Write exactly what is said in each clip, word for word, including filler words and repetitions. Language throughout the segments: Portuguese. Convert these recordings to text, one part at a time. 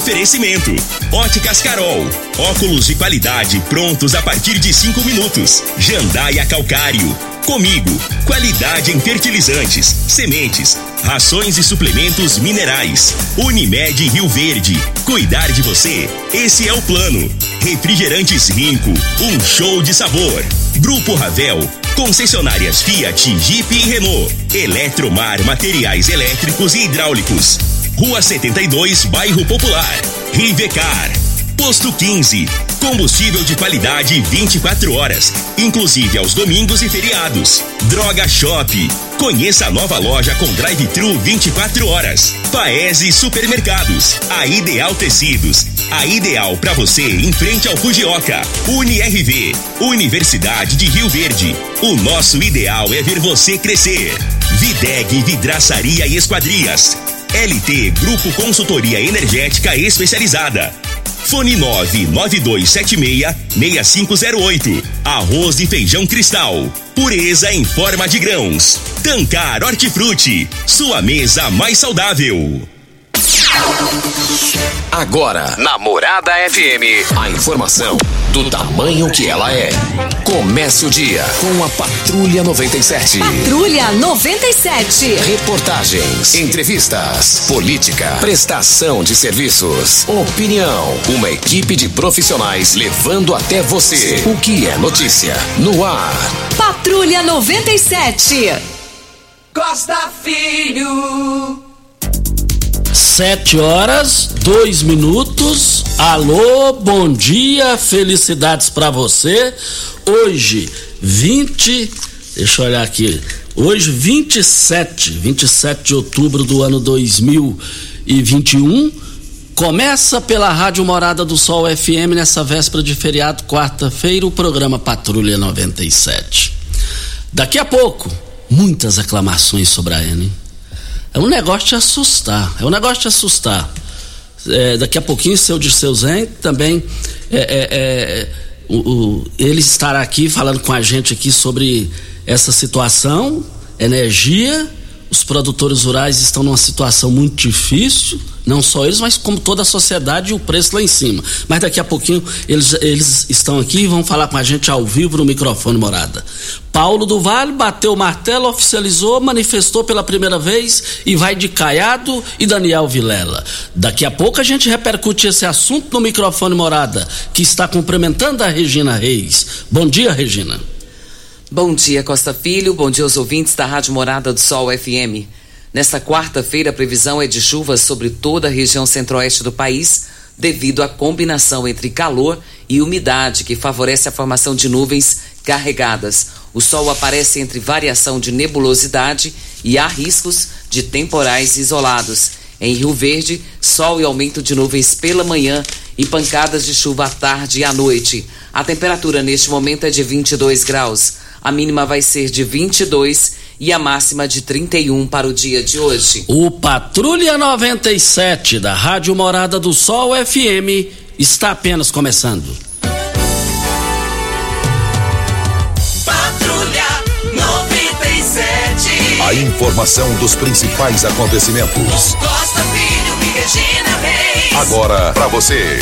Oferecimento: Óticas Carol, óculos de qualidade prontos a partir de cinco minutos. Jandaia Calcário, comigo, qualidade em fertilizantes, sementes, rações e suplementos minerais. Unimed Rio Verde, cuidar de você, esse é o plano. Refrigerantes Rinco, um show de sabor. Grupo Ravel, concessionárias Fiat, Jeep e Renault. Eletromar, materiais elétricos e hidráulicos. Rua setenta e dois, Bairro Popular. Rivecar. Posto quinze, combustível de qualidade vinte e quatro horas, inclusive aos domingos e feriados. Droga Shop, conheça a nova loja com drive-thru vinte e quatro horas. Paese Supermercados, a Ideal Tecidos, a ideal para você em frente ao Fujioka. Uni R V, Universidade de Rio Verde, o nosso ideal é ver você crescer. Videg Vidraçaria e Esquadrias. L T Grupo Consultoria Energética Especializada. Fone nove nove dois sete seis, seis cinco zero oito. Arroz e feijão Cristal, pureza em forma de grãos. Tancar Hortifruti, sua mesa mais saudável. Agora, na Morada F M, a informação do tamanho que ela é. Comece o dia com a Patrulha noventa e sete. Patrulha noventa e sete. Reportagens, entrevistas, política, prestação de serviços, opinião. Uma equipe de profissionais levando até você o que é notícia no ar. Patrulha noventa e sete. Costa Filho. Sete horas, dois minutos. Alô, bom dia, felicidades pra você. Hoje, vinte, deixa eu olhar aqui. Hoje, vinte e sete, vinte e sete de outubro do ano dois mil e vinte e um. Começa pela Rádio Morada do Sol F M nessa véspera de feriado, quarta-feira, o programa Patrulha noventa e sete. Daqui a pouco, muitas aclamações sobre a Eni. É um negócio de assustar, é um negócio de assustar. É, daqui a pouquinho, seu Dirceu Zen também, é, é, é, o, o, ele estará aqui falando com a gente aqui sobre essa situação, energia. Os produtores rurais estão numa situação muito difícil, não só eles, mas como toda a sociedade, e o preço lá em cima. Mas daqui a pouquinho eles, eles estão aqui e vão falar com a gente ao vivo no microfone Morada. Paulo do Vale bateu o martelo, oficializou, manifestou pela primeira vez e vai de Caiado e Daniel Vilela. Daqui a pouco a gente repercute esse assunto no microfone Morada, que está cumprimentando a Regina Reis. Bom dia, Regina. Bom dia, Costa Filho. Bom dia aos ouvintes da Rádio Morada do Sol F M. Nesta quarta-feira, a previsão é de chuvas sobre toda a região centro-oeste do país, devido à combinação entre calor e umidade, que favorece a formação de nuvens carregadas. O sol aparece entre variação de nebulosidade e há riscos de temporais isolados. Em Rio Verde, sol e aumento de nuvens pela manhã e pancadas de chuva à tarde e à noite. A temperatura neste momento é de vinte e dois graus. A mínima vai ser de vinte e dois e a máxima de trinta e um para o dia de hoje. O Patrulha noventa e sete da Rádio Morada do Sol F M está apenas começando. Patrulha noventa e sete. A informação dos principais acontecimentos. Costa Filho e Regina Reis. Agora pra você.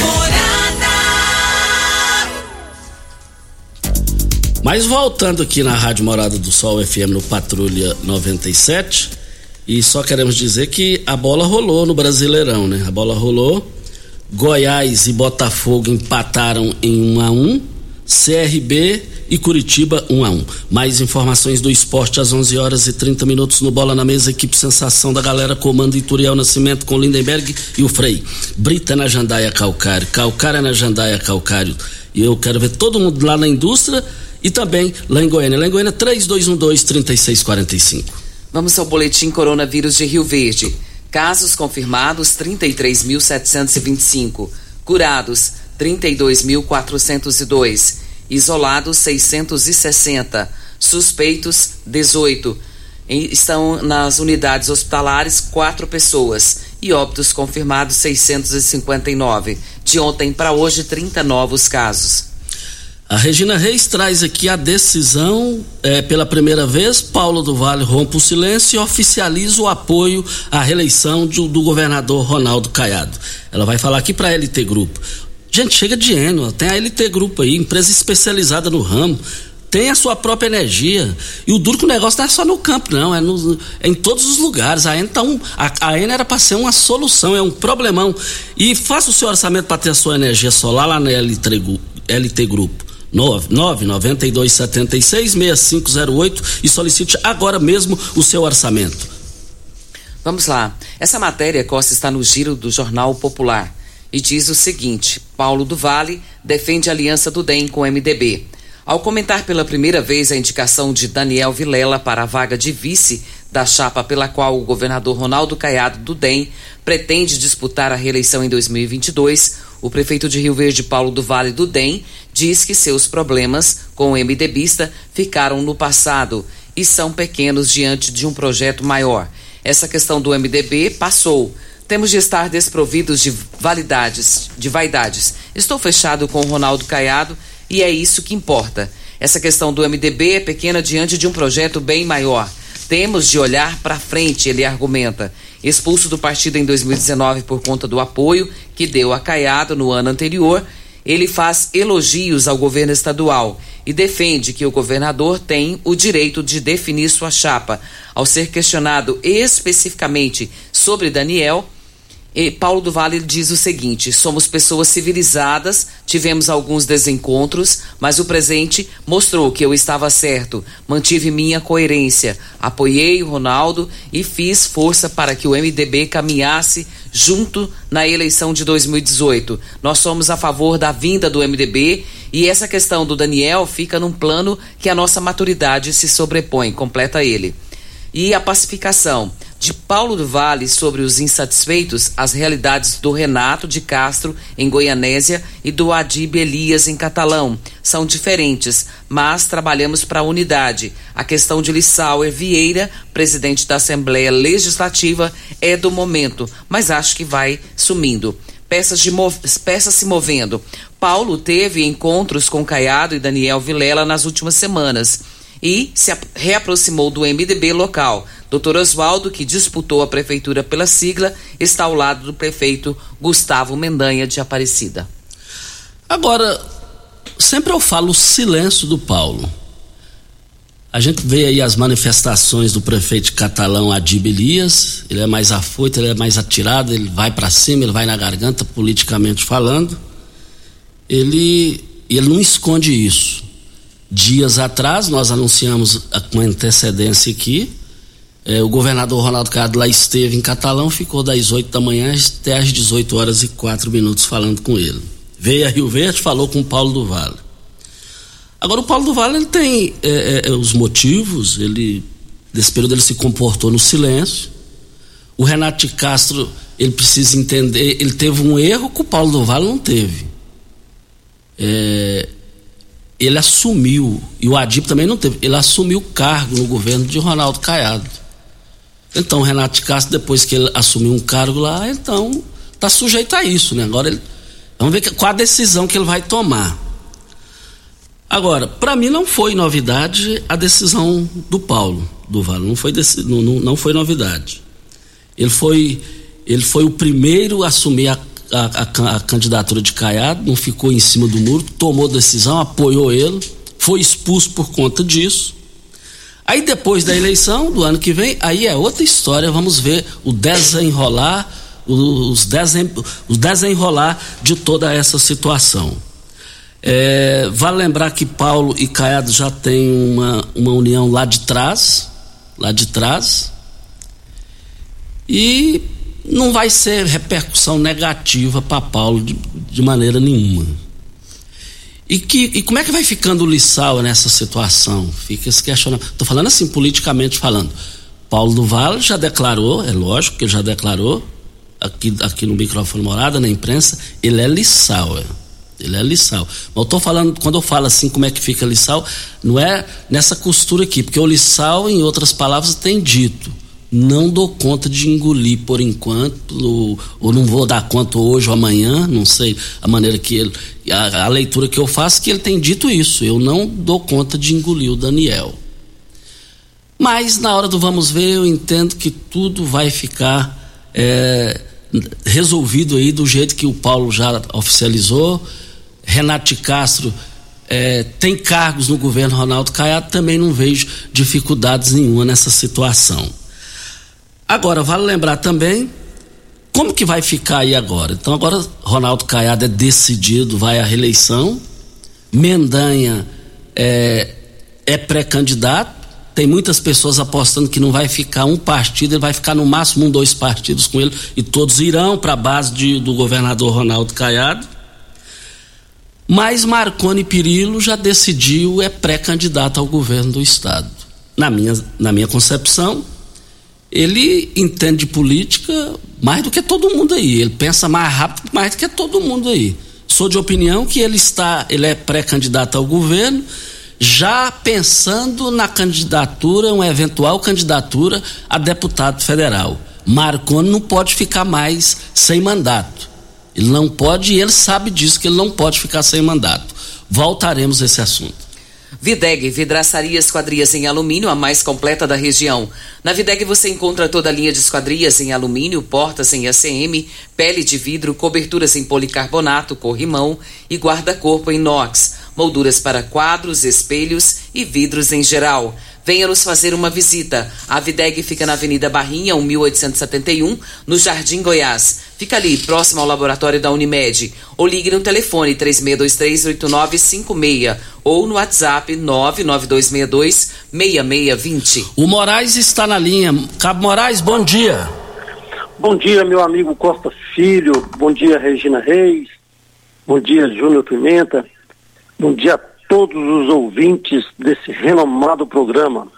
Mas voltando aqui na Rádio Morada do Sol F M no Patrulha noventa e sete, e só queremos dizer que a bola rolou no Brasileirão, né? A bola rolou, Goiás e Botafogo empataram em um a um, C R B e Curitiba um a um. Mais informações do esporte às onze horas e trinta minutos no Bola na Mesa, equipe Sensação da Galera, comando Ituriel Nascimento com Lindenberg e o Frei. Brita na Jandaia Calcário, Calcária na Jandaia Calcário. E eu quero ver todo mundo lá na indústria e também lá em Goiânia. Lá em Goiânia, três dois um dois, três seis quatro cinco. Vamos ao boletim coronavírus de Rio Verde. Casos confirmados, trinta e três mil setecentos e vinte e cinco. Curados, trinta e dois mil quatrocentos e dois. Isolados, seiscentos e sessenta. Suspeitos, dezoito. Estão nas unidades hospitalares quatro pessoas. E óbitos confirmados, seiscentos e cinquenta e nove. De ontem para hoje, trinta novos casos. A Regina Reis traz aqui a decisão, é, pela primeira vez, Paulo do Vale rompe o silêncio e oficializa o apoio à reeleição de, do governador Ronaldo Caiado. Ela vai falar aqui para a L T Grupo. Gente, chega de Enel, tem a L T Grupo aí, empresa especializada no ramo, tem a sua própria energia. E o duro que o negócio não é só no campo, não, é, no, é em todos os lugares. A Enel, tá um, a, a Enel era para ser uma solução, é um problemão. E faça o seu orçamento para ter a sua energia solar lá na L T Grupo. nove nove nove dois sete seis seis cinco zero oito e solicite agora mesmo o seu orçamento. Vamos lá. Essa matéria, Costa, está no giro do Jornal Popular e diz o seguinte: Paulo do Vale defende a aliança do D E M com o M D B. Ao comentar pela primeira vez a indicação de Daniel Vilela para a vaga de vice da chapa pela qual o governador Ronaldo Caiado do D E M pretende disputar a reeleição em dois mil e vinte e dois, o prefeito de Rio Verde, Paulo do Vale do D E M, diz que seus problemas com o MDBista ficaram no passado e são pequenos diante de um projeto maior. Essa questão do M D B passou. Temos de estar desprovidos de validades, de vaidades. Estou fechado com o Ronaldo Caiado e é isso que importa. Essa questão do M D B é pequena diante de um projeto bem maior. Temos de olhar para frente, ele argumenta. Expulso do partido em dois mil e dezenove por conta do apoio que deu a Caiado no ano anterior, ele faz elogios ao governo estadual e defende que o governador tem o direito de definir sua chapa. Ao ser questionado especificamente sobre Daniel, E Paulo do Vale diz o seguinte: somos pessoas civilizadas, tivemos alguns desencontros, mas o presente mostrou que eu estava certo, mantive minha coerência, apoiei o Ronaldo e fiz força para que o M D B caminhasse junto na eleição de dois mil e dezoito. Nós somos a favor da vinda do M D B e essa questão do Daniel fica num plano que a nossa maturidade se sobrepõe, completa ele. E a pacificação de Paulo do Vale sobre os insatisfeitos, as realidades do Renato de Castro em Goianésia e do Adib Elias em Catalão são diferentes, mas trabalhamos para a unidade. A questão de Lissauer Vieira, presidente da Assembleia Legislativa, é do momento, mas acho que vai sumindo. Peças, de mov... Peças se movendo. Paulo teve encontros com Caiado e Daniel Vilela nas últimas semanas e se reaproximou do M D B local. doutor Oswaldo, que disputou a prefeitura pela sigla, está ao lado do prefeito Gustavo Mendanha de Aparecida. Agora, sempre eu falo o silêncio do Paulo. A gente vê aí as manifestações do prefeito de Catalão, Adib Elias. Ele é mais afoito, ele é mais atirado, ele vai para cima, ele vai na garganta, politicamente falando. Ele, ele não esconde isso. Dias atrás, nós anunciamos com antecedência aqui, eh, o governador Ronaldo Caiado lá esteve em Catalão, ficou das oito da manhã até às dezoito horas e quatro minutos falando com ele. Veio a Rio Verde, falou com o Paulo do Vale. Agora, o Paulo do Vale, ele tem eh, eh, os motivos, ele, nesse período ele se comportou no silêncio. O Renato de Castro, ele precisa entender, ele teve um erro que o Paulo do Vale não teve. É... ele assumiu, e o Adib também não teve, ele assumiu o cargo no governo de Ronaldo Caiado. Então o Renato de Castro, depois que ele assumiu um cargo lá, então está sujeito a isso, né? Agora ele, vamos ver que, qual a decisão que ele vai tomar. Agora, para mim não foi novidade a decisão do Paulo do Vale, não foi, não, não, não foi novidade. Ele foi, ele foi o primeiro a assumir a A, a, a candidatura de Caiado, não ficou em cima do muro, tomou decisão, apoiou ele, foi expulso por conta disso. Aí depois da eleição do ano que vem, aí é outra história, vamos ver o desenrolar, os, desen, os desenrolar de toda essa situação. É, vale lembrar que Paulo e Caiado já têm uma, uma união lá de trás, lá de trás, e não vai ser repercussão negativa para Paulo de, de maneira nenhuma. E, que, e como é que vai ficando o Lissau nessa situação? Fica esse questionamento. Estou falando assim, politicamente falando. Paulo do Vale já declarou, é lógico que ele já declarou, aqui, aqui no microfone Morada, na imprensa, ele é Lissau. Ele é Lissau. Mas eu estou falando, quando eu falo assim, como é que fica Lissau, não é nessa costura aqui, porque o Lissau, em outras palavras, tem dito: não dou conta de engolir por enquanto, ou, ou não vou dar conta hoje ou amanhã, não sei a maneira que ele, a, a leitura que eu faço, que ele tem dito isso, eu não dou conta de engolir o Daniel. Mas na hora do vamos ver, eu entendo que tudo vai ficar é, resolvido aí do jeito que o Paulo já oficializou. Renato de Castro é, tem cargos no governo Ronaldo Caiado, também não vejo dificuldades nenhuma nessa situação. Agora, vale lembrar também como que vai ficar aí agora. Então agora Ronaldo Caiado é decidido, vai à reeleição. Mendanha é, é pré-candidato. Tem muitas pessoas apostando que não vai ficar um partido, ele vai ficar no máximo um, dois partidos com ele, e todos irão para a base de, do governador Ronaldo Caiado. Mas Marconi Perillo já decidiu, é pré-candidato ao governo do estado. Na minha, na minha concepção, ele entende de política mais do que todo mundo aí, ele pensa mais rápido mais do que todo mundo aí. Sou de opinião que ele está, ele é pré-candidato ao governo, já pensando na candidatura, uma eventual candidatura a deputado federal. Marconi não pode ficar mais sem mandato. Ele não pode, e ele sabe disso, que ele não pode ficar sem mandato. Voltaremos a esse assunto. Videg, vidraçaria esquadrias em alumínio, a mais completa da região. Na Videg você encontra toda a linha de esquadrias em alumínio, portas em A C M, pele de vidro, coberturas em policarbonato, corrimão e guarda-corpo em inox, molduras para quadros, espelhos e vidros em geral. Venha nos fazer uma visita. A Videg fica na Avenida Barrinha, mil oitocentos e setenta e um, no Jardim Goiás. Fica ali, próximo ao laboratório da Unimed. Ou ligue no telefone três seis dois três, oito nove cinco seis ou no WhatsApp nove nove dois seis dois, seis seis dois zero. O Moraes está na linha. Cabo Moraes, bom dia. Bom dia, meu amigo Costa Filho. Bom dia, Regina Reis. Bom dia, Júnior Pimenta. Bom dia a todos os ouvintes desse renomado programa.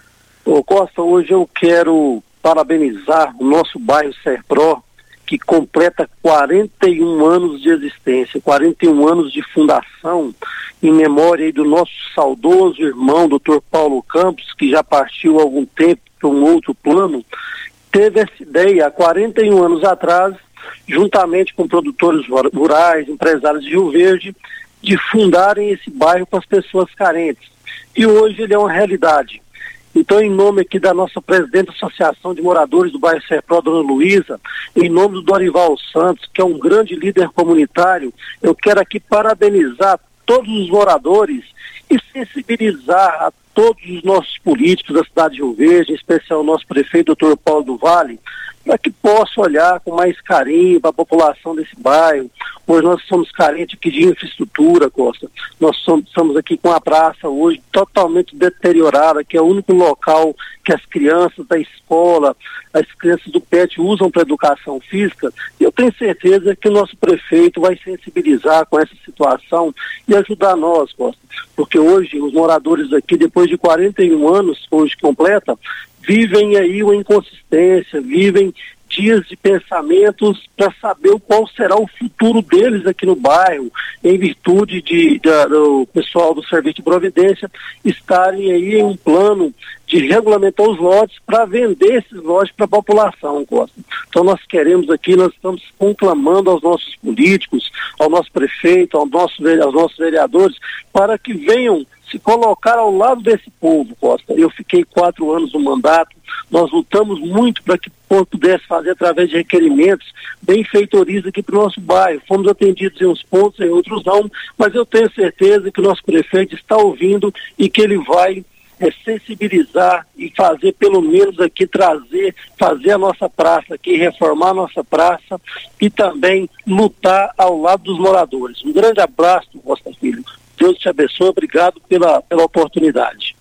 Ô Costa, hoje eu quero parabenizar o nosso bairro Serpro, que completa quarenta e um anos de existência, quarenta e um anos de fundação, em memória aí do nosso saudoso irmão, doutor Paulo Campos, que já partiu há algum tempo para um outro plano. Teve essa ideia há quarenta e um anos atrás, juntamente com produtores rurais, empresários de Rio Verde, de fundarem esse bairro para as pessoas carentes. E hoje ele é uma realidade. Então, em nome aqui da nossa presidente da Associação de Moradores do bairro Serpro, dona Luísa, em nome do Dorival Santos, que é um grande líder comunitário, eu quero aqui parabenizar todos os moradores e sensibilizar a todos os nossos políticos da cidade de Rio Verde, em especial o nosso prefeito, doutor Paulo do Vale, para que possa olhar com mais carinho para a população desse bairro. Hoje nós somos carentes aqui de infraestrutura, Costa. Nós somos, estamos aqui com a praça hoje totalmente deteriorada, que é o único local que as crianças da escola, as crianças do P E T usam para educação física. E eu tenho certeza que o nosso prefeito vai sensibilizar com essa situação e ajudar nós, Costa. Porque hoje os moradores aqui, depois de quarenta e um anos, hoje completa, vivem aí uma inconsistência, vivem dias de pensamentos para saber qual será o futuro deles aqui no bairro, em virtude de, de, do pessoal do Serviço de Providência estarem aí em um plano de regulamentar os lotes para vender esses lotes para a população, Costa. Então nós queremos aqui, nós estamos conclamando aos nossos políticos, ao nosso prefeito, ao nosso, aos nossos vereadores, para que venham se colocar ao lado desse povo, Costa. Eu fiquei quatro anos no mandato, nós lutamos muito para que o povo pudesse fazer através de requerimentos, benfeitorias aqui para o nosso bairro. Fomos atendidos em uns pontos, em outros não, mas eu tenho certeza que o nosso prefeito está ouvindo e que ele vai é, sensibilizar e fazer, pelo menos aqui, trazer, fazer a nossa praça aqui, reformar a nossa praça e também lutar ao lado dos moradores. Um grande abraço, Costa Filho. Deus te abençoe, obrigado pela, pela oportunidade.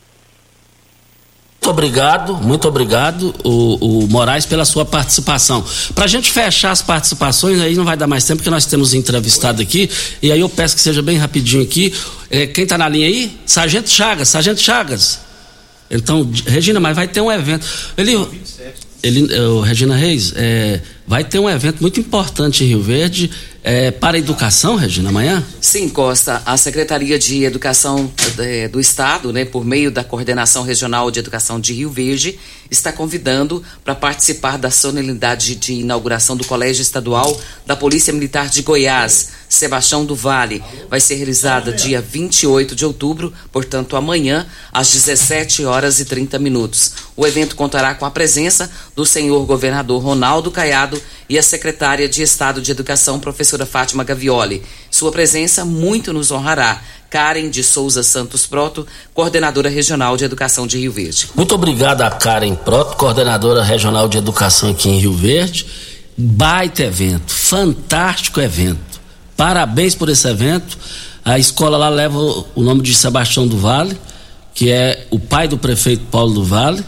Muito obrigado, muito obrigado, o, o Moraes, pela sua participação. Para a gente fechar as participações, aí não vai dar mais tempo, porque nós temos entrevistado aqui, e aí eu peço que seja bem rapidinho aqui. É, quem está na linha aí? Sargento Chagas, Sargento Chagas. Então, Regina, mas vai ter um evento. Ele, ele, uh, Regina Reis, é, vai ter um evento muito importante em Rio Verde é, para a educação, Regina, amanhã? Sim, Costa, a Secretaria de Educação é, do Estado, né, por meio da Coordenação Regional de Educação de Rio Verde, está convidando para participar da solenidade de inauguração do Colégio Estadual da Polícia Militar de Goiás, Sebastião do Vale. Vai ser realizada dia vinte e oito de outubro, portanto amanhã, às dezessete horas e trinta minutos. O evento contará com a presença do senhor governador Ronaldo Caiado e a secretária de Estado de Educação, professora Fátima Gavioli. Sua presença muito nos honrará. Karen de Souza Santos Proto, coordenadora regional de educação de Rio Verde. Muito obrigado a Karen Proto, coordenadora regional de educação aqui em Rio Verde. Baita evento, fantástico evento. Parabéns por esse evento. A escola lá leva o nome de Sebastião do Vale, que é o pai do prefeito Paulo do Vale.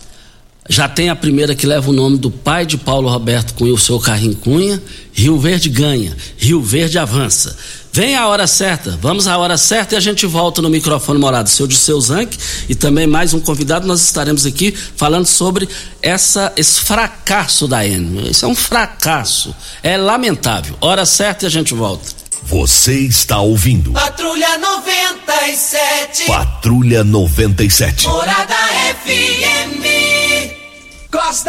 Já tem a primeira que leva o nome do pai de Paulo Roberto Cunha, o seu Carrinho Cunha. Rio Verde ganha, Rio Verde avança. Vem a hora certa, vamos à hora certa e a gente volta no microfone Morado, seu Dirceu Zanck e também mais um convidado. Nós estaremos aqui falando sobre essa, esse fracasso da Enio. Isso é um fracasso, é lamentável. Hora certa e a gente volta. Você está ouvindo Patrulha noventa e sete. Patrulha noventa e sete. Morada F M. Costa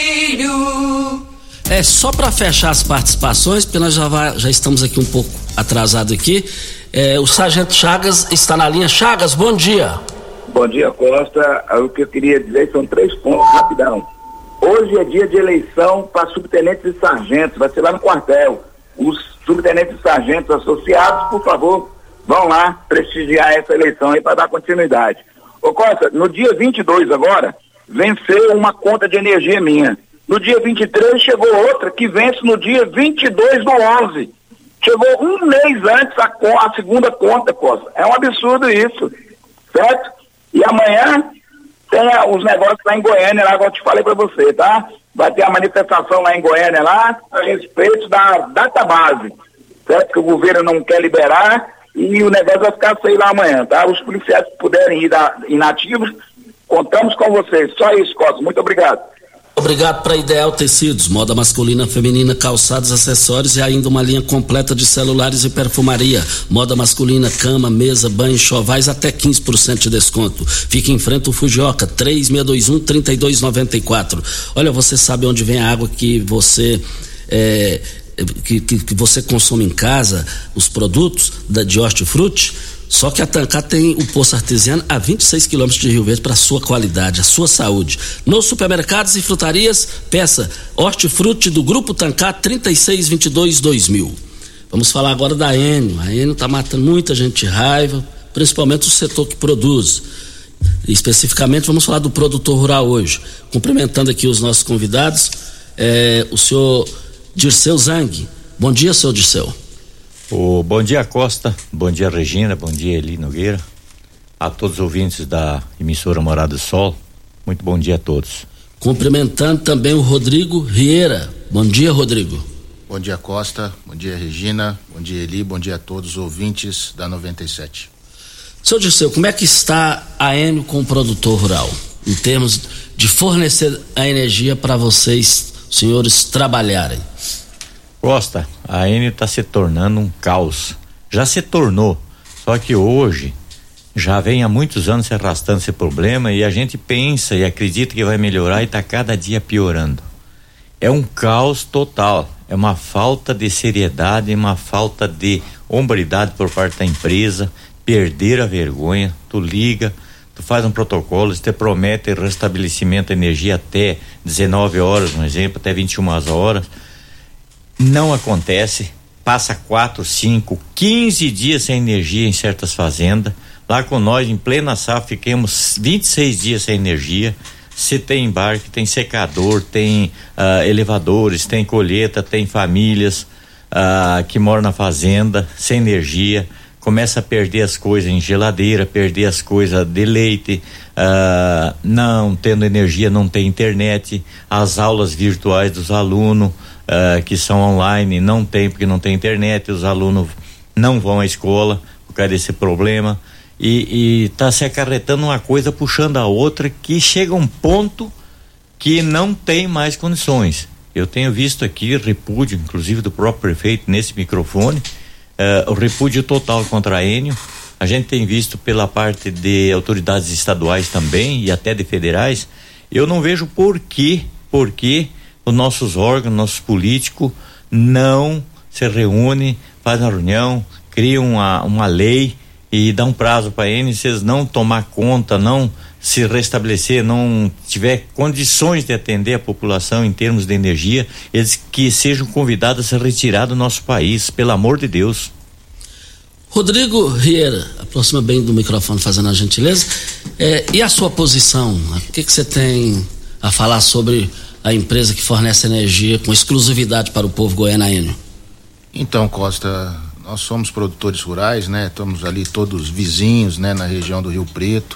Filho. É só para fechar as participações, porque nós já, vai, já estamos aqui um pouco atrasados aqui. É, o Sargento Chagas está na linha. Chagas, bom dia. Bom dia, Costa. O que eu queria dizer são três pontos, rapidão. Hoje é dia de eleição para subtenentes e sargentos, vai ser lá no quartel. Os subtenentes e sargentos associados, por favor, vão lá prestigiar essa eleição aí para dar continuidade. Ô Costa, no dia vinte e dois agora, venceu uma conta de energia minha. No dia vinte e três chegou outra que vence no dia vinte e dois do onze. Chegou um mês antes a, a segunda conta, Costa. É um absurdo isso, certo? E amanhã tem a, os negócios lá em Goiânia, lá, como eu te falei para você, tá? Vai ter a manifestação lá em Goiânia, lá, a respeito da database, certo? Que o governo não quer liberar e o negócio vai ficar feio lá amanhã, tá? Os policiais que puderem ir da, inativos, contamos com vocês. Só isso, Costa. Muito obrigado. Obrigado para Ideal Tecidos, moda masculina, feminina, calçados, acessórios e ainda uma linha completa de celulares e perfumaria. Moda masculina, cama, mesa, banho, chovais, até quinze por cento de desconto. Fica em frente ao Fujioka, três seis dois um, três dois nove quatro. Olha, você sabe onde vem a água que você é, que, que, que você consome em casa, os produtos da, de hortifruti? Só que a Tancar tem o poço artesiano a vinte e seis quilômetros de Rio Verde para a sua qualidade, a sua saúde. Nos supermercados e frutarias, peça hortifruti do Grupo Tancar trinta e seis vinte e dois dois mil. Vamos falar agora da Enio. A Enio está matando muita gente de raiva, principalmente o setor que produz. Especificamente, vamos falar do produtor rural hoje. Cumprimentando aqui os nossos convidados, é, o senhor Dirceu Zanck. Bom dia, senhor Dirceu. Oh, bom dia, Costa, bom dia, Regina, bom dia, Eli Nogueira, a todos os ouvintes da emissora Morada do Sol, muito bom dia a todos. Cumprimentando também o Rodrigo Rieira. Bom dia, Rodrigo. Bom dia, Costa, bom dia, Regina, bom dia, Eli, bom dia a todos os ouvintes da noventa e sete. Seu Dirceu, como é que está a Enio com o produtor rural, em termos de fornecer a energia para vocês, senhores, trabalharem? Costa, a Enio está se tornando um caos. Já se tornou, só que hoje já vem há muitos anos se arrastando esse problema e a gente pensa e acredita que vai melhorar e está cada dia piorando. É um caos total, é uma falta de seriedade, uma falta de hombridade por parte da empresa, perder a vergonha. Tu liga, tu faz um protocolo, te promete restabelecimento de energia até dezenove horas, um exemplo, até vinte e uma horas. Não acontece, passa quatro, cinco, quinze dias sem energia em certas fazendas. Lá com nós, em plena safra, ficamos vinte e seis dias sem energia. Se tem embarque, tem secador, tem uh, elevadores, tem colheita, tem famílias uh, que moram na fazenda sem energia. Começa a perder as coisas em geladeira, perder as coisas de leite, uh, não tendo energia, não tem internet, as aulas virtuais dos alunos uh, que são online não tem porque não tem internet, os alunos não vão à escola por causa desse problema e está se acarretando uma coisa puxando a outra que chega a um ponto que não tem mais condições. Eu tenho visto aqui repúdio, inclusive do próprio prefeito nesse microfone, uh, o repúdio total contra a Enio. A gente tem visto pela parte de autoridades estaduais também e até de federais. Eu não vejo por que, por que os nossos órgãos, nossos políticos não se reúnem, fazem uma reunião, criam uma, uma lei e dão um prazo para a Enio. Se eles não tomar conta, não se restabelecer, não tiver condições de atender a população em termos de energia, eles que sejam convidados a se retirar do nosso país, pelo amor de Deus. Rodrigo Rieira, aproxima bem do microfone, fazendo a gentileza. É, e a sua posição? O que que você tem a falar sobre a empresa que fornece energia com exclusividade para o povo goiano, Enio? Então, Costa, nós somos produtores rurais, né? Estamos ali todos vizinhos, né? Na região do Rio Preto,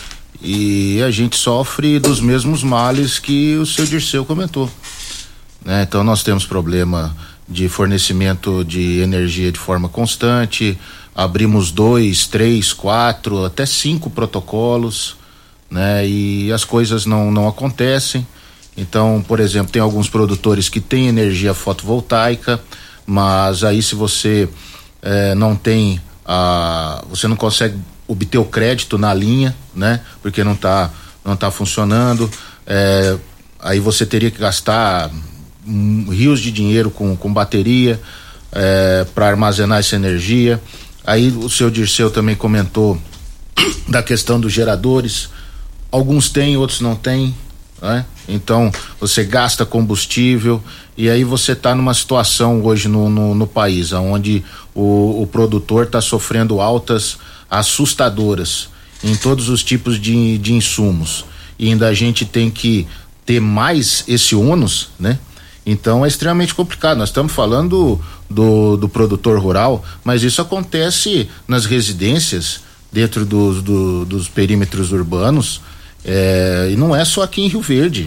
e a gente sofre dos mesmos males que o seu Dirceu comentou, né? Então nós temos problema de fornecimento de energia de forma constante, abrimos dois, três, quatro, até cinco protocolos, né? E as coisas não, não acontecem. Então, por exemplo, tem alguns produtores que têm energia fotovoltaica, mas aí se você eh, não tem a, você não consegue obter o crédito na linha, né? Porque não tá, não tá funcionando, eh, aí você teria que gastar um, rios de dinheiro com, com bateria eh, para armazenar essa energia. Aí o seu Dirceu também comentou da questão dos geradores, alguns têm, outros não têm, né? Então você gasta combustível e aí você está numa situação hoje no, no, no país onde o, o produtor está sofrendo altas assustadoras em todos os tipos de, de insumos, e ainda a gente tem que ter mais esse ônus, né? Então é extremamente complicado. Nós estamos falando do, do produtor rural, mas isso acontece nas residências dentro dos, do, dos perímetros urbanos, é, e não é só aqui em Rio Verde.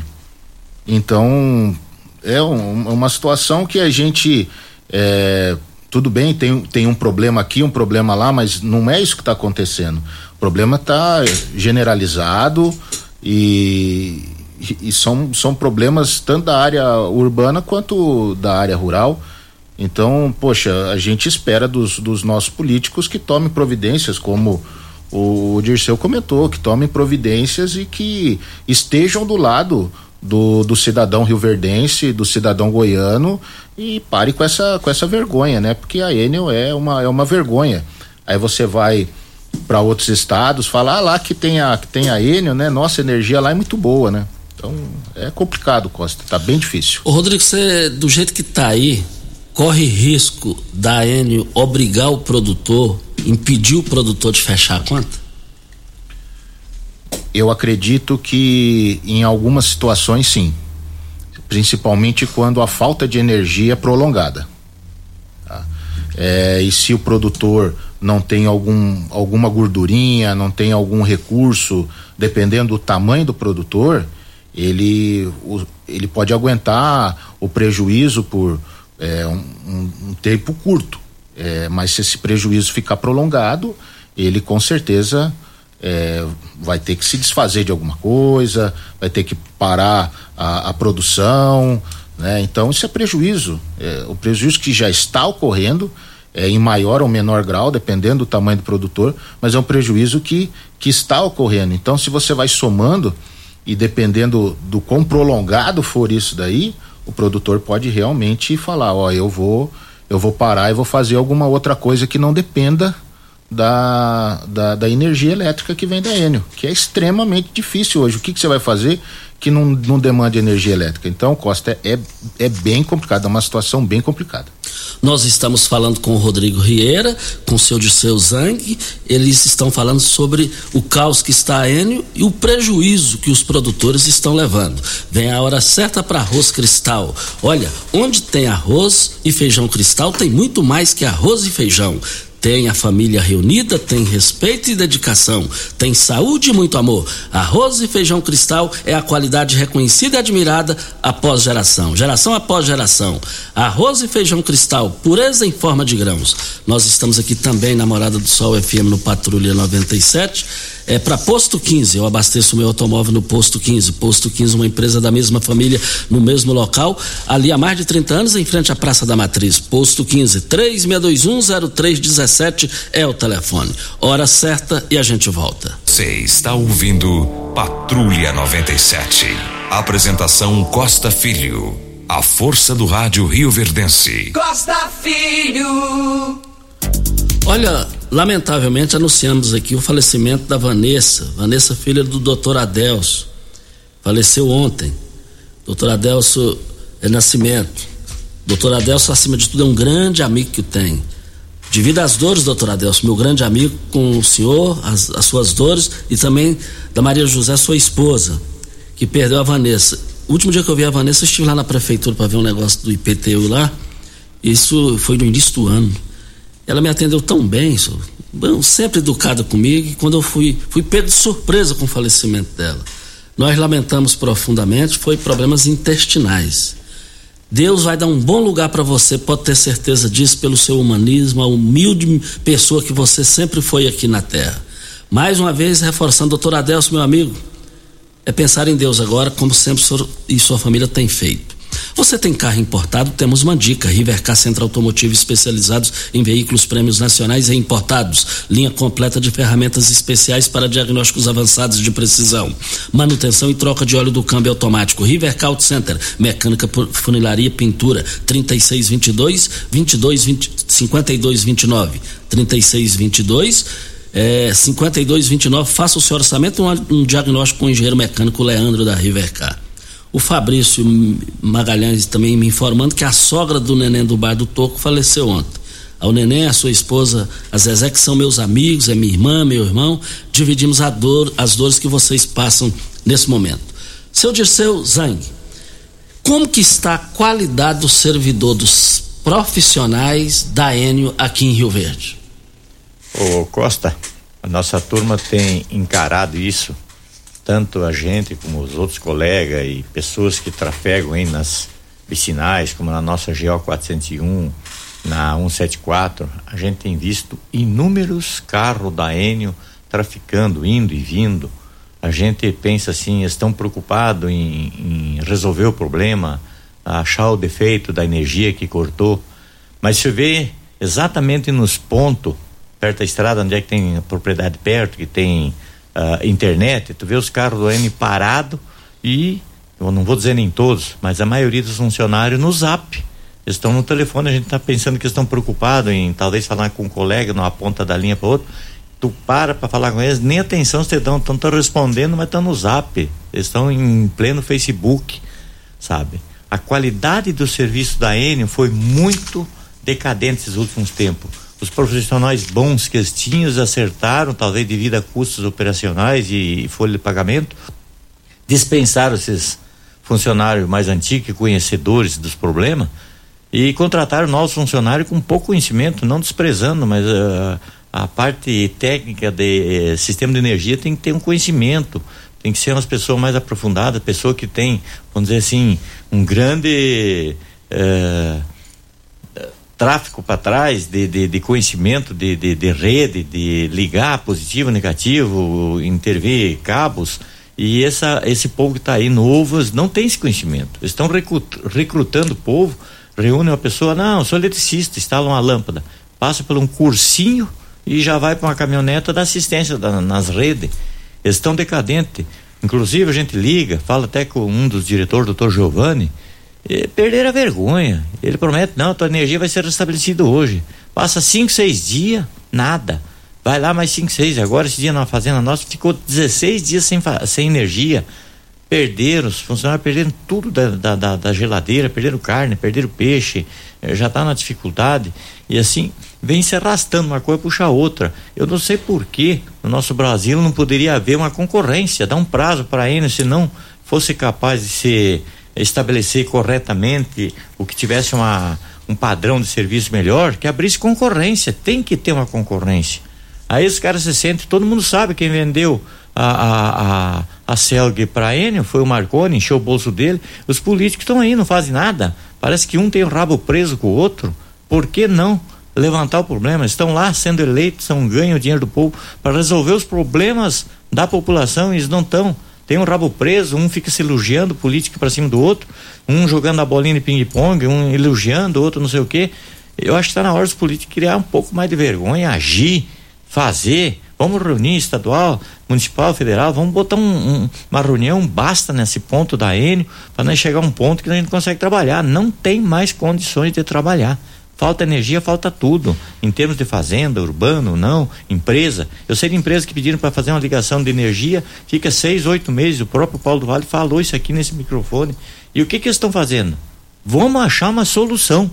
Então é um, uma situação que a gente é, tudo bem, tem, tem um problema aqui, um problema lá, mas não é isso que está acontecendo. O problema está generalizado e E, e são, são problemas tanto da área urbana quanto da área rural. Então, poxa, a gente espera dos, dos nossos políticos que tomem providências, como o, o Dirceu comentou, que tomem providências e que estejam do lado do, do cidadão rioverdense, do cidadão goiano, e pare com essa, com essa vergonha, né? Porque a Enel é uma, é uma vergonha. Aí você vai para outros estados, fala ah, lá que tem a, que tem a Enel, né? Nossa, a energia lá é muito boa, né? Então é complicado, Costa, tá bem difícil. Ô Rodrigo, você, do jeito que tá aí, corre risco da Enel obrigar o produtor, impedir o produtor de fechar a conta? Eu acredito que em algumas situações sim, principalmente quando a falta de energia é prolongada, tá? É, e se o produtor não tem algum, alguma gordurinha, não tem algum recurso, dependendo do tamanho do produtor, ele, o, ele pode aguentar o prejuízo por é, um, um, um tempo curto, é, mas se esse prejuízo ficar prolongado, ele com certeza é, vai ter que se desfazer de alguma coisa, vai ter que parar a, a produção, né? Então isso é prejuízo, é, o prejuízo que já está ocorrendo é, em maior ou menor grau, dependendo do tamanho do produtor, mas é um prejuízo que, que está ocorrendo. Então se você vai somando e dependendo do quão prolongado for isso daí, o produtor pode realmente falar, ó, eu vou eu vou parar e vou fazer alguma outra coisa que não dependa da, da, da energia elétrica que vem da Enel, que é extremamente difícil hoje. O que que você vai fazer que não, não demande energia elétrica? Então, Costa, é, é bem complicado, é uma situação bem complicada. Nós estamos falando com o Rodrigo Rieira, com o seu Dirceu Zang. Eles estão falando sobre o caos que está a Enel e o prejuízo que os produtores estão levando. Vem a hora certa para arroz Cristal. Olha, onde tem arroz e feijão Cristal, tem muito mais que arroz e feijão. Tem a família reunida, tem respeito e dedicação, tem saúde e muito amor. Arroz e feijão Cristal é a qualidade reconhecida e admirada após geração, geração após geração. Arroz e feijão Cristal, pureza em forma de grãos. Nós estamos aqui também na Morada do Sol F M no Patrulha noventa e sete. É para Posto quinze, eu abasteço o meu automóvel no Posto quinze. Posto quinze, uma empresa da mesma família, no mesmo local, ali há mais de trinta anos, em frente à Praça da Matriz. Posto quinze, três seis dois um, zero três um sete é o telefone. Hora certa e a gente volta. Você está ouvindo Patrulha noventa e sete. Apresentação Costa Filho. A força do rádio rioverdense. Costa Filho. Olha, lamentavelmente anunciamos aqui o falecimento da Vanessa, Vanessa filha do doutor Adelso, faleceu ontem. doutor Adelso é Nascimento. doutor Adelso, acima de tudo, é um grande amigo que eu tenho. Divida as dores, doutor Adelso, meu grande amigo, com o senhor, as, as suas dores, e também da Maria José, sua esposa, que perdeu a Vanessa. O último dia que eu vi a Vanessa, eu estive lá na prefeitura para ver um negócio do I P T U lá. Isso foi no início do ano. Ela me atendeu tão bem, senhor, sempre educada comigo, e quando eu fui, fui pego de surpresa com o falecimento dela. Nós lamentamos profundamente, foi problemas intestinais. Deus vai dar um bom lugar para você, pode ter certeza disso, pelo seu humanismo, a humilde pessoa que você sempre foi aqui na terra. Mais uma vez, reforçando, doutor Adelso, meu amigo, é pensar em Deus agora, como sempre o senhor e sua família têm feito. Você tem carro importado? Temos uma dica. Rivercar Centro Automotivo, especializados em veículos prêmios nacionais e importados. Linha completa de ferramentas especiais para diagnósticos avançados de precisão. Manutenção e troca de óleo do câmbio automático. Rivercar Auto Center. Mecânica, funilaria, pintura. trinta e seis vinte e dois, vinte e dois, vinte, cinquenta e dois vinte e nove. trinta e seis vinte e dois, é, cinquenta e dois vinte e nove. Faça o seu orçamento, um, um diagnóstico com o engenheiro mecânico Leandro da Rivercar. O Fabrício Magalhães também me informando que a sogra do neném do bar do Toco faleceu ontem. Ao neném, a sua esposa, a Zezé, que são meus amigos, é minha irmã, meu irmão, dividimos a dor, as dores que vocês passam nesse momento. Seu Dirceu Zang, como que está a qualidade do servidor, dos profissionais da Enio aqui em Rio Verde? Ô Costa, a nossa turma tem encarado isso, tanto a gente como os outros colegas e pessoas que trafegam aí nas vicinais, como na nossa G O quatrocentos e um, na cento e setenta e quatro, a gente tem visto inúmeros carros da Enio traficando, indo e vindo. A gente pensa assim, estão preocupados em, em resolver o problema, achar o defeito da energia que cortou, mas se vê exatamente nos pontos, perto da estrada, onde é que tem propriedade perto, que tem Uh, internet, tu vê os carros do N parado e, eu não vou dizer nem todos, mas a maioria dos funcionários no zap, eles estão no telefone, a gente está pensando que estão preocupados em talvez falar com um colega numa ponta da linha para outra, tu para para falar com eles, nem atenção você dão, estão respondendo, mas estão no zap, eles estão em pleno Facebook, sabe? A qualidade do serviço da Enio foi muito decadente esses últimos tempos. Os profissionais bons que eles tinham, eles acertaram, talvez devido a custos operacionais e, e folha de pagamento, dispensaram esses funcionários mais antigos, conhecedores dos problemas, e contrataram novos funcionários com pouco conhecimento, não desprezando, mas uh, a parte técnica de uh, sistema de energia tem que ter um conhecimento, tem que ser umas pessoas mais aprofundadas, pessoa que tem, vamos dizer assim, um grande uh, tráfico para trás de, de, de conhecimento de, de, de rede, de ligar positivo, negativo, intervir cabos, e essa, esse povo que está aí novo não tem esse conhecimento, eles estão recrutando o povo, reúne uma pessoa, não, eu sou eletricista, instala uma lâmpada, passa por um cursinho e já vai para uma caminhoneta da assistência da, nas redes. Eles estão decadentes, inclusive a gente liga, fala até com um dos diretores, doutor Giovanni, perderam a vergonha. Ele promete, não, tua energia vai ser restabelecida hoje. Passa cinco, seis dias, nada. Vai lá mais cinco, seis. Agora esse dia na fazenda nossa ficou dezesseis dias sem, sem energia. Perderam, os funcionários perderam tudo da, da, da, da geladeira, perderam carne, perderam peixe, já está na dificuldade. E assim, vem se arrastando, uma coisa puxa a outra. Eu não sei por que no nosso Brasil não poderia haver uma concorrência, dar um prazo para a Enio, se não fosse capaz de se estabelecer corretamente o que tivesse uma, um padrão de serviço melhor, que abrisse concorrência, tem que ter uma concorrência. Aí os caras se sentem, todo mundo sabe quem vendeu a, a, a, a Celg para a Enio, foi o Marconi, encheu o bolso dele. Os políticos estão aí, não fazem nada, parece que um tem o rabo preso com o outro. Por que não levantar o problema? Estão lá sendo eleitos, são ganham o dinheiro do povo para resolver os problemas da população, eles não estão. Tem um rabo preso, um fica se elogiando política para cima do outro, um jogando a bolinha de ping-pong, um elogiando, outro não sei o quê. Eu acho que está na hora dos políticos criar um pouco mais de vergonha, agir, fazer. Vamos reunir estadual, municipal, federal, vamos botar um, um, uma reunião, basta nesse ponto da Enio, para nós chegar a um ponto que a gente consegue trabalhar. Não tem mais condições de trabalhar. Falta energia, falta tudo. Em termos de fazenda, urbano, não, empresa. Eu sei de empresas que pediram para fazer uma ligação de energia, fica seis, oito meses. O próprio Paulo do Vale falou isso aqui nesse microfone. E o que que eles estão fazendo? Vamos achar uma solução.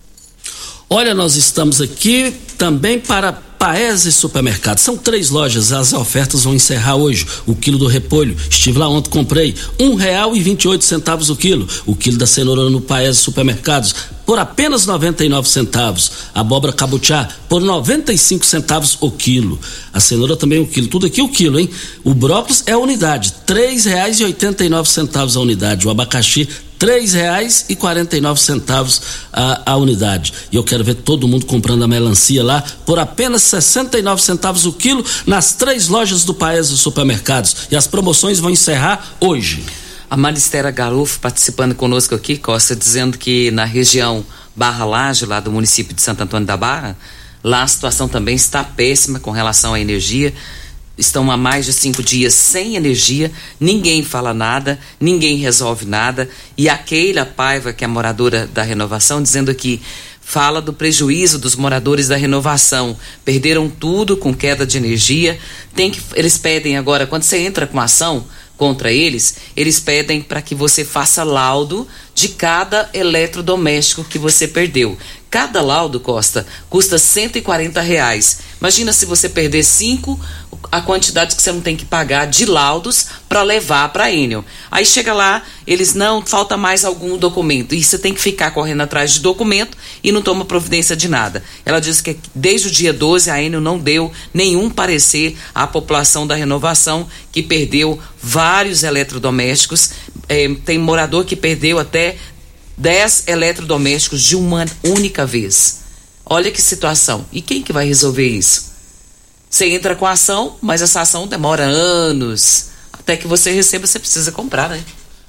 Olha, nós estamos aqui também para Paese Supermercado. São três lojas, as ofertas vão encerrar hoje. O quilo do repolho, estive lá ontem, comprei um real e vinte e oito centavos o quilo. O quilo da cenoura no Paese Supermercados por apenas noventa e nove centavos. A abóbora cabutiá por noventa e cinco centavos o quilo. A cenoura também o quilo. Tudo aqui o quilo, hein? O brócolis é a unidade, três reais e oitenta e nove centavos a unidade. O abacaxi três reais e quarenta e nove centavos a, a unidade. E eu quero ver todo mundo comprando a melancia lá por apenas sessenta e nove centavos o quilo nas três lojas do Paese Supermercados. E as promoções vão encerrar hoje. A Maristera Garofo participando conosco aqui, Costa, dizendo que na região Barra Laje, lá do município de Santo Antônio da Barra, lá a situação também está péssima com relação à energia. Estão há mais de cinco dias sem energia, ninguém fala nada, ninguém resolve nada. E a Keila Paiva, que é moradora da Renovação, dizendo aqui, fala do prejuízo dos moradores da Renovação. Perderam tudo com queda de energia. Tem que, eles pedem agora, quando você entra com ação contra eles, eles pedem para que você faça laudo de cada eletrodoméstico que você perdeu. Cada laudo, Costa, custa cento e quarenta reais. Imagina se você perder cinco, a quantidade que você não tem que pagar de laudos para levar para a Enel. Aí chega lá, eles não, falta mais algum documento. E você tem que ficar correndo atrás de documento e não toma providência de nada. Ela diz que desde o dia doze a Enel não deu nenhum parecer à população da Renovação, que perdeu vários eletrodomésticos. É, tem morador que perdeu até dez eletrodomésticos de uma única vez. Olha que situação. E quem que vai resolver isso? Você entra com a ação, mas essa ação demora anos. Até que você receba, você precisa comprar, né?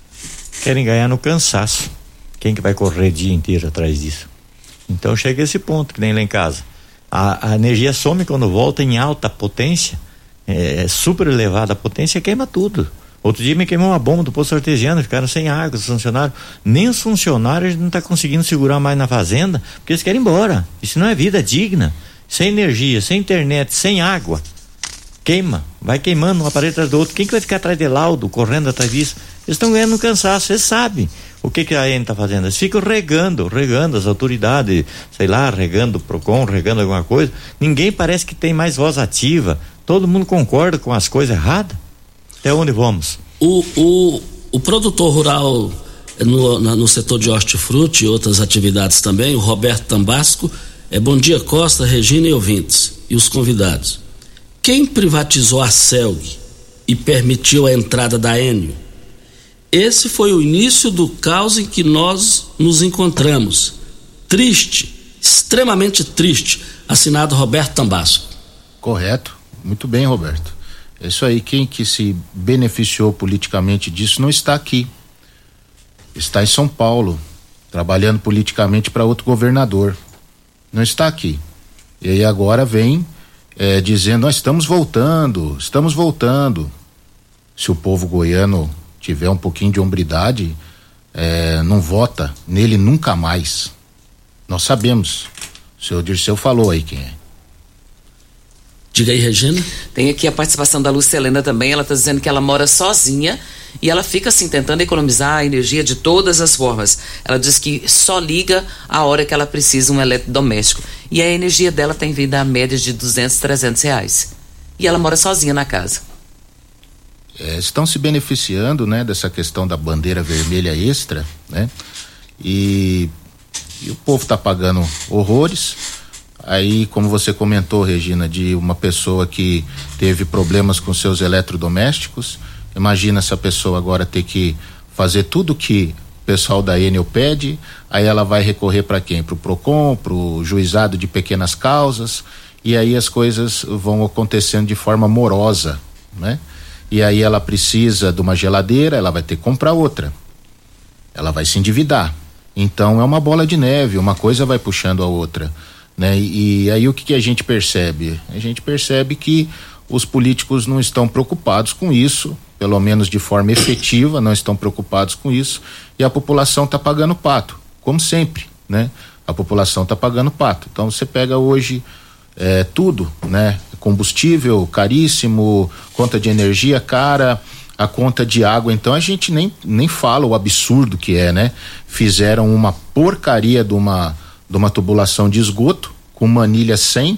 Querem ganhar no cansaço. Quem que vai correr o dia inteiro atrás disso? Então chega esse ponto, que nem lá em casa. A, a energia some quando volta em alta potência, é, super elevada a potência, queima tudo. Outro dia me queimou uma bomba do poço artesiano, ficaram sem água os funcionários. Nem os funcionários não estão conseguindo segurar mais na fazenda, porque eles querem ir embora. Isso não é vida digna. Sem energia, sem internet, sem água. Queima, vai queimando um aparelho atrás do outro. Quem que vai ficar atrás de laudo, correndo atrás disso? Eles estão ganhando um cansaço, eles sabem o que que a Enel está fazendo. Eles ficam regando, regando as autoridades, sei lá, regando o Procon, regando alguma coisa. Ninguém parece que tem mais voz ativa. Todo mundo concorda com as coisas erradas. Até onde vamos? O, o, o produtor rural no, na, no setor de hortifruti e outras atividades também, o Roberto Tambasco, é bom dia Costa, Regina e ouvintes e os convidados. Quem privatizou a Celg e permitiu a entrada da Enel? Esse foi o início do caos em que nós nos encontramos. Triste, extremamente triste. Assinado Roberto Tambasco. Correto, muito bem, Roberto. É isso aí, quem que se beneficiou politicamente disso não está aqui. Está em São Paulo, trabalhando politicamente para outro governador. Não está aqui. E aí agora vem é, dizendo, nós estamos voltando, estamos voltando. Se o povo goiano tiver um pouquinho de hombridade, é, não vota nele nunca mais. Nós sabemos. O senhor Dirceu falou aí quem é. Diga aí, Regina. Tem aqui a participação da Lucelena também. Ela está dizendo que ela mora sozinha e ela fica assim tentando economizar a energia de todas as formas. Ela diz que só liga a hora que ela precisa um eletrodoméstico. E a energia dela tem vindo a média de duzentos, trezentos reais. E ela mora sozinha na casa. É, estão se beneficiando, né, dessa questão da bandeira vermelha extra, né? E, e o povo está pagando horrores. Aí, como você comentou, Regina, de uma pessoa que teve problemas com seus eletrodomésticos, imagina essa pessoa agora ter que fazer tudo que o pessoal da Enel pede, aí ela vai recorrer para quem? Para o Procon, para o juizado de pequenas causas, e aí as coisas vão acontecendo de forma morosa, né? e aí ela precisa de uma geladeira, ela vai ter que comprar outra. Ela vai se endividar. Então é uma bola de neve, uma coisa vai puxando a outra, né? E, e aí o que, que a gente percebe? A gente percebe que os políticos não estão preocupados com isso, pelo menos de forma efetiva, não estão preocupados com isso, e a população está pagando pato, como sempre, né? A população está pagando pato. Então você pega hoje é, tudo, né? Combustível caríssimo, conta de energia cara, a conta de água, então a gente nem, nem fala o absurdo que é, né? Fizeram uma porcaria de uma, de uma tubulação de esgoto com manilha cem,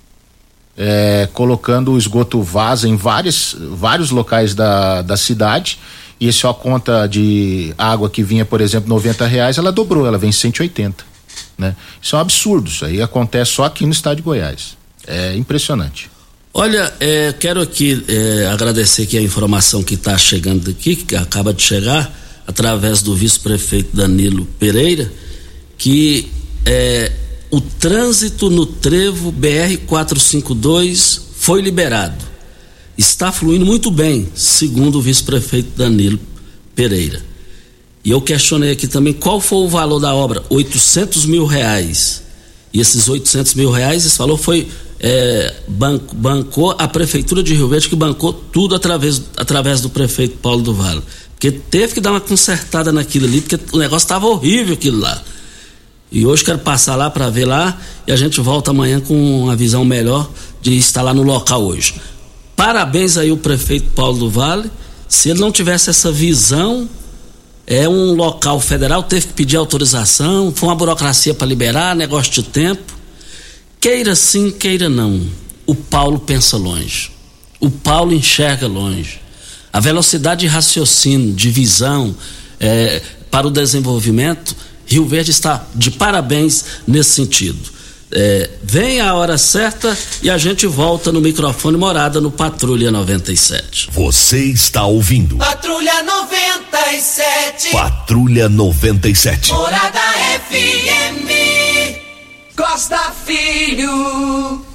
é, colocando o esgoto vaza em vários, vários locais da, da cidade, e só a conta de água que vinha, por exemplo, noventa reais, ela dobrou, ela vem cento e oitenta, né? Isso é um absurdo, isso aí acontece só aqui no estado de Goiás, é impressionante. Olha, é, quero aqui é, agradecer aqui a informação que está chegando aqui, que acaba de chegar, através do vice-prefeito Danilo Pereira, que é, o trânsito no trevo B R quatrocentos e cinquenta e dois foi liberado. Está fluindo muito bem, segundo o vice-prefeito Danilo Pereira. E eu questionei aqui também qual foi o valor da obra, oitocentos mil reais. E esses oitocentos mil reais, esse valor foi É, banco, bancou a prefeitura de Rio Verde, que bancou tudo através, através do prefeito Paulo do Vale, porque teve que dar uma consertada naquilo ali, porque o negócio estava horrível aquilo lá. E hoje quero passar lá para ver lá, e a gente volta amanhã com uma visão melhor de estar lá no local hoje. Parabéns aí o prefeito Paulo do Vale. Se ele não tivesse essa visão, é um local federal, teve que pedir autorização, foi uma burocracia para liberar, negócio de tempo. Queira sim, queira não, o Paulo pensa longe, o Paulo enxerga longe. A velocidade de raciocínio, de visão é, para o desenvolvimento, Rio Verde está de parabéns nesse sentido. É, vem a hora certa e a gente volta no microfone Morada no Patrulha noventa e sete. Você está ouvindo Patrulha noventa e sete. Patrulha noventa e sete. Morada F M. Costa Filho.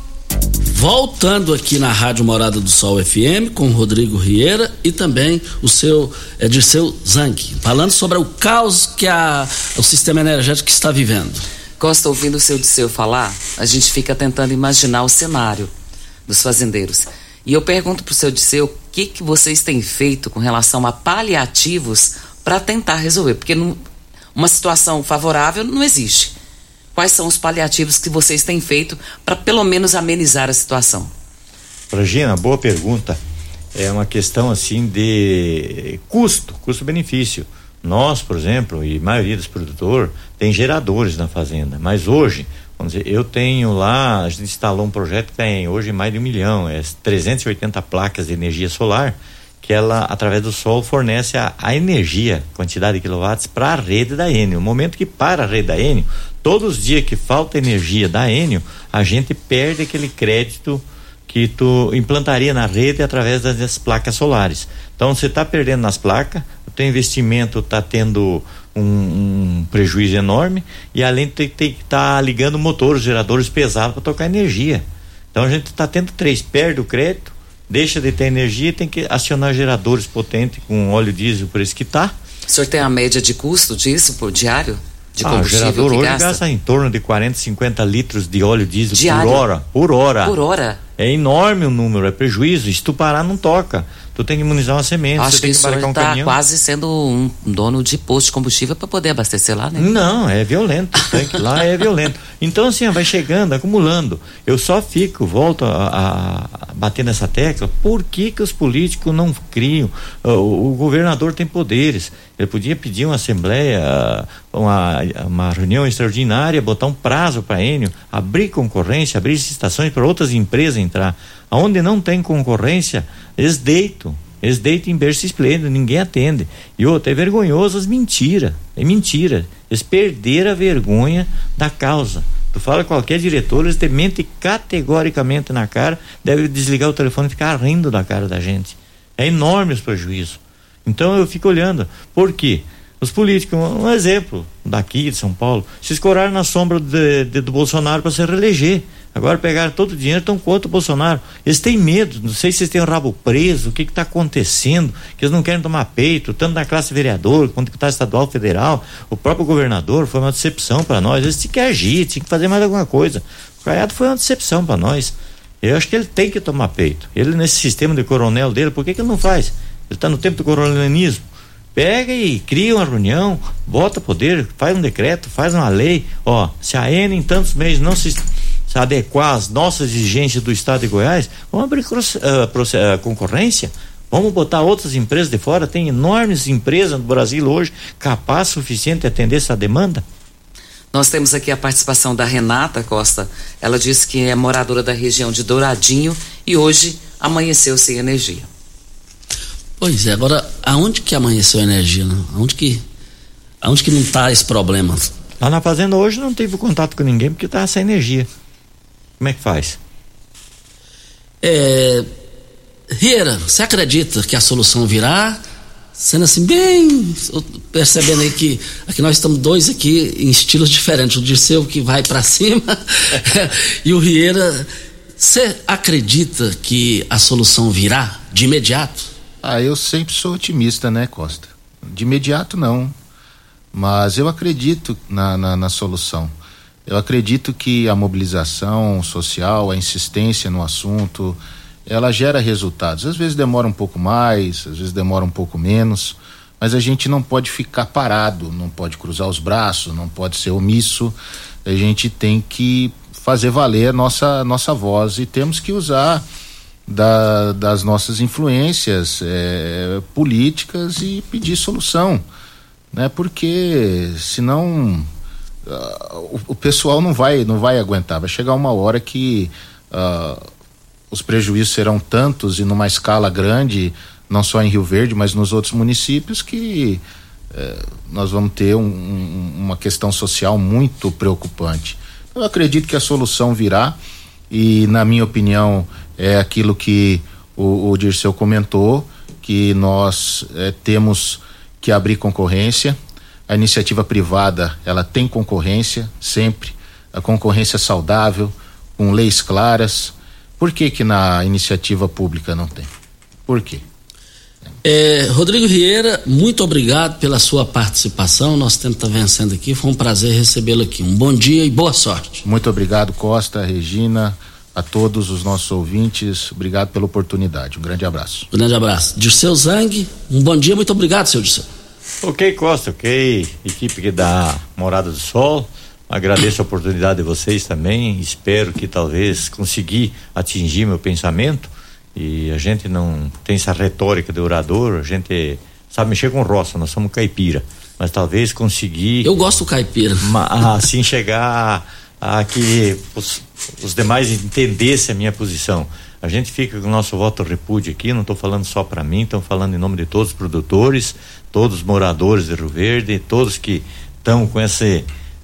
Voltando aqui na Rádio Morada do Sol F M com o Rodrigo Rieira e também o seu Edirceu Zanck, falando sobre o caos que a, o sistema energético está vivendo. Costa, ouvindo o seu Edirceu falar, a gente fica tentando imaginar o cenário dos fazendeiros. E eu pergunto para o seu Edirceu o que, que vocês têm feito com relação a paliativos para tentar resolver, porque não, uma situação favorável não existe. Quais são os paliativos que vocês têm feito para pelo menos amenizar a situação? Regina, boa pergunta. É uma questão assim de custo, custo-benefício. Nós, por exemplo, e a maioria dos produtores tem geradores na fazenda, mas hoje, vamos dizer, eu tenho lá, a gente instalou um projeto que tem hoje mais de um milhão, é trezentas e oitenta placas de energia solar, que ela, através do sol, fornece a, a energia, quantidade de quilowatts, para a rede da Enel. No momento que para a rede da Enel, todos os dias que falta energia da Enel, a gente perde aquele crédito que tu implantaria na rede através das placas solares. Então você está perdendo nas placas, o teu investimento está tendo um, um prejuízo enorme, e além de ter que estar tá ligando motores, geradores pesados para tocar energia. Então a gente está tendo três, perde o crédito, deixa de ter energia e tem que acionar geradores potentes com óleo diesel, por isso que tá. O senhor tem a média de custo disso por diário? De ah, o gerador hoje gasta? gasta em torno de quarenta, cinquenta litros de óleo diesel diário? por hora. Por hora. Por hora. É enorme o número, é prejuízo. Se tu parar, não toca. Tu tem que imunizar uma semente. Acho você que tem o que senhor um está caminhão. quase sendo um dono de posto de combustível para poder abastecer lá, né? Não, é violento. O tanque lá é violento. Então, assim, vai chegando, acumulando. Eu só fico, volto a, a, a bater nessa tecla. Por que que os políticos não criam? O, o governador tem poderes. Ele podia pedir uma assembleia, uma, uma reunião extraordinária, botar um prazo para a Enel, abrir concorrência, abrir estações para outras empresas entrar. Aonde não tem concorrência, eles deitam. Eles deitam em berço esplêndido, ninguém atende. E outra, é vergonhoso as mentiras. É mentira. Eles perderam a vergonha da causa. Tu fala qualquer diretor, eles te mentem categoricamente na cara, deve desligar o telefone e ficar rindo da cara da gente. É enorme os prejuízos. Então eu fico olhando. Por quê? Os políticos, um exemplo daqui de São Paulo, se escoraram na sombra de, de, do Bolsonaro para se reeleger. Agora pegaram todo o dinheiro, estão contra o Bolsonaro. Eles têm medo, não sei se eles têm o rabo preso, o que está acontecendo, que eles não querem tomar peito, tanto na classe vereador, quanto deputado estadual, federal, o próprio governador foi uma decepção para nós. Eles tinham que agir, tinham que fazer mais alguma coisa. O Caiado foi uma decepção para nós. Eu acho que ele tem que tomar peito. Ele, nesse sistema de coronel dele, por que que ele não faz? Ele está no tempo do coronelismo. Pega e cria uma reunião, bota poder, faz um decreto, faz uma lei. Ó, se a Eni em tantos meses não se, se adequar às nossas exigências do estado de Goiás, vamos abrir uh, uh, concorrência, vamos botar outras empresas de fora. Tem enormes empresas no Brasil hoje capazes o suficiente de atender essa demanda. Nós temos aqui a participação da Renata Costa. Ela disse que é moradora da região de Douradinho e hoje amanheceu sem energia. Pois é, agora aonde que amanheceu a energia? Né? Aonde que, aonde que não está esse problema? Lá na fazenda hoje não teve contato com ninguém porque estava sem energia. Como é que faz? É, Rieira, você acredita que a solução virá? Sendo assim, bem, percebendo aí que aqui nós estamos dois aqui em estilos diferentes, o Dirceu que vai para cima e o Rieira, você acredita que a solução virá de imediato? Ah, eu sempre sou otimista, né, Costa? De imediato não, mas eu acredito na, na, na solução. Eu acredito que a mobilização social, a insistência no assunto, ela gera resultados. Às vezes demora um pouco mais, às vezes demora um pouco menos, mas a gente não pode ficar parado, não pode cruzar os braços, não pode ser omisso. A gente tem que fazer valer a nossa, nossa voz e temos que usar da, das nossas influências é, políticas e pedir solução, né? Porque senão uh, o, o pessoal não vai, não vai aguentar. Vai chegar uma hora que uh, os prejuízos serão tantos e numa escala grande, não só em Rio Verde, mas nos outros municípios, que eh, nós vamos ter um, um, uma questão social muito preocupante. Eu acredito que a solução virá e, na minha opinião, é aquilo que o, o Dirceu comentou, que nós eh, temos que abrir concorrência. A iniciativa privada, ela tem concorrência sempre, a concorrência saudável, com leis claras. Por que que na iniciativa pública não tem? Por quê? É, Rodrigo Rieira, muito obrigado pela sua participação. Nós temos que estar vencendo aqui. Foi um prazer recebê-lo aqui. Um bom dia e boa sorte. Muito obrigado, Costa, Regina, a todos os nossos ouvintes. Obrigado pela oportunidade. Um grande abraço. Um grande abraço. Dirceu Zang, um bom dia. Muito obrigado, seu Dirceu. Ok, Costa, ok. Equipe que dá Morada do Sol. Agradeço a oportunidade de vocês também, espero que talvez conseguir atingir meu pensamento, e a gente não tem essa retórica de orador, a gente sabe mexer com roça, nós somos caipira, mas talvez conseguir... Eu gosto do caipira. Ma, assim chegar a, a que os, os demais entendessem a minha posição. A gente fica com o nosso voto repúdio aqui, não estou falando só para mim, estou falando em nome de todos os produtores, todos os moradores de Rio Verde, todos que estão com esse...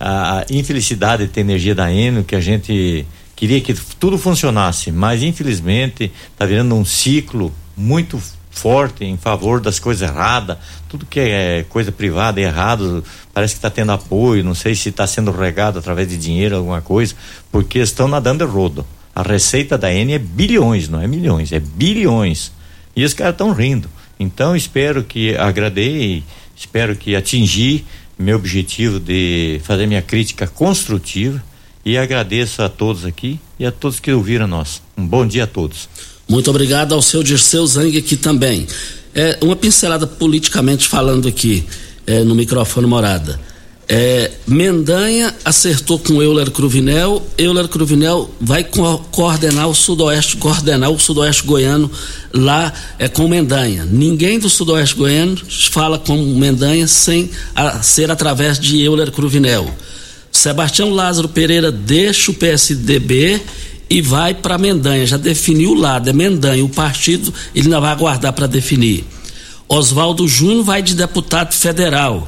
a infelicidade de ter energia da Eni, que a gente queria que tudo funcionasse, mas infelizmente está virando um ciclo muito forte em favor das coisas erradas. Tudo que é coisa privada e errado parece que está tendo apoio, não sei se está sendo regado através de dinheiro, alguma coisa, porque estão nadando de rodo. A receita da Eni é bilhões, não é milhões, é bilhões, e os caras estão rindo. Então espero que agradei, espero que atingi meu objetivo de fazer minha crítica construtiva, e agradeço a todos aqui e a todos que ouviram nós. Um bom dia a todos. Muito obrigado ao seu Dirceu Zang aqui também. É, uma pincelada politicamente falando aqui, é, no microfone Morada. É, Mendanha acertou com Euler Cruvinel, Euler Cruvinel vai co- coordenar o sudoeste, coordenar o sudoeste goiano lá é, com Mendanha. Ninguém do sudoeste goiano fala com Mendanha sem a, ser através de Euler Cruvinel. Sebastião Lázaro Pereira deixa o P S D B e vai para Mendanha, já definiu o lado, é Mendanha, o partido ele ainda vai aguardar para definir. Oswaldo Júnior vai de deputado federal.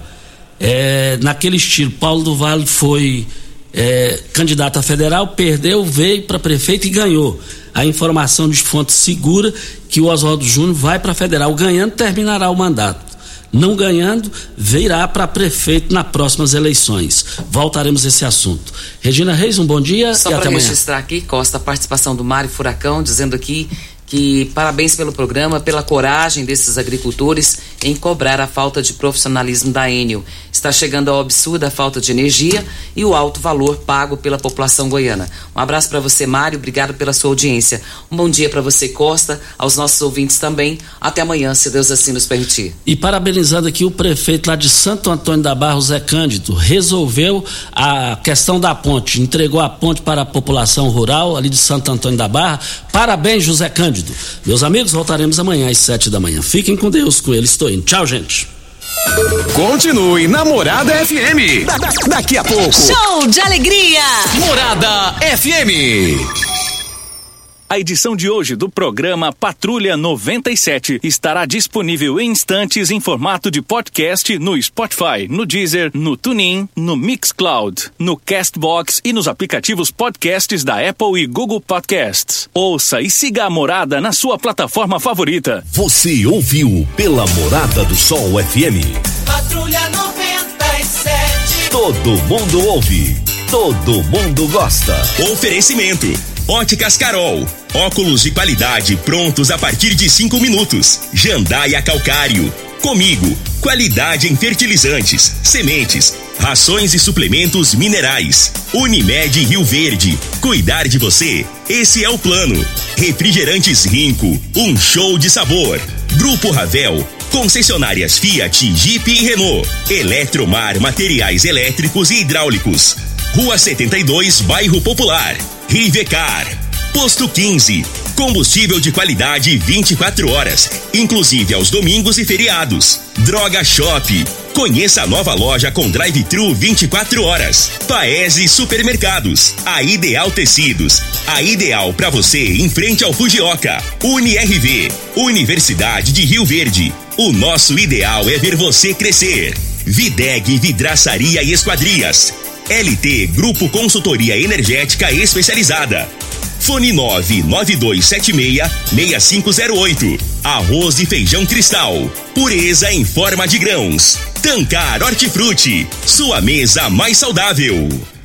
É, naquele estilo, Paulo do Vale foi é, candidato a federal, perdeu, veio para prefeito e ganhou. A informação de fonte segura que o Oswaldo Júnior vai para federal, ganhando terminará o mandato. Não ganhando, virá para prefeito nas próximas eleições. Voltaremos a esse assunto. Regina Reis, um bom dia Só e até para amanhã. registrar aqui, Costa, a participação do Mário Furacão, dizendo aqui que parabéns pelo programa, pela coragem desses agricultores em cobrar a falta de profissionalismo da Enel. Está chegando ao absurdo a falta de energia e o alto valor pago pela população goiana. Um abraço para você, Mário, obrigado pela sua audiência. Um bom dia para você, Costa, aos nossos ouvintes também. Até amanhã, se Deus assim nos permitir. E parabenizando aqui o prefeito lá de Santo Antônio da Barra, o Zé Cândido, resolveu a questão da ponte, entregou a ponte para a população rural ali de Santo Antônio da Barra. Parabéns, José Cândido. Meus amigos, voltaremos amanhã às sete da manhã. Fiquem com Deus, com ele estou indo. Tchau, gente. Continue na Morada F M. Da, da, daqui a pouco. Show de alegria. Morada F M. A edição de hoje do programa Patrulha noventa e sete estará disponível em instantes em formato de podcast no Spotify, no Deezer, no TuneIn, no Mixcloud, no Castbox e nos aplicativos podcasts da Apple e Google Podcasts. Ouça e siga a Morada na sua plataforma favorita. Você ouviu pela Morada do Sol F M. Patrulha noventa e sete. Todo mundo ouve, todo mundo gosta. Oferecimento: Óticas Carol, óculos de qualidade prontos a partir de cinco minutos. Jandaia Calcário, comigo, qualidade em fertilizantes, sementes, rações e suplementos minerais. Unimed Rio Verde, cuidar de você, esse é o plano. Refrigerantes Rinco, um show de sabor. Grupo Ravel, concessionárias Fiat, Jeep e Renault. Eletromar, materiais elétricos e hidráulicos. Rua setenta e dois, Bairro Popular. Rivecar, Posto quinze, combustível de qualidade vinte e quatro horas, inclusive aos domingos e feriados. Droga Shop, conheça a nova loja com drive-thru vinte e quatro horas. Paese Supermercados, a Ideal Tecidos, a ideal para você em frente ao Fujioka. Uni R V, Universidade de Rio Verde, o nosso ideal é ver você crescer. Videg Vidraçaria e Esquadrias. L T Grupo Consultoria Energética Especializada. Fone nove nove dois sete seis, seis cinco zero oito. Arroz e feijão Cristal, pureza em forma de grãos. Tancar Hortifruti, sua mesa mais saudável.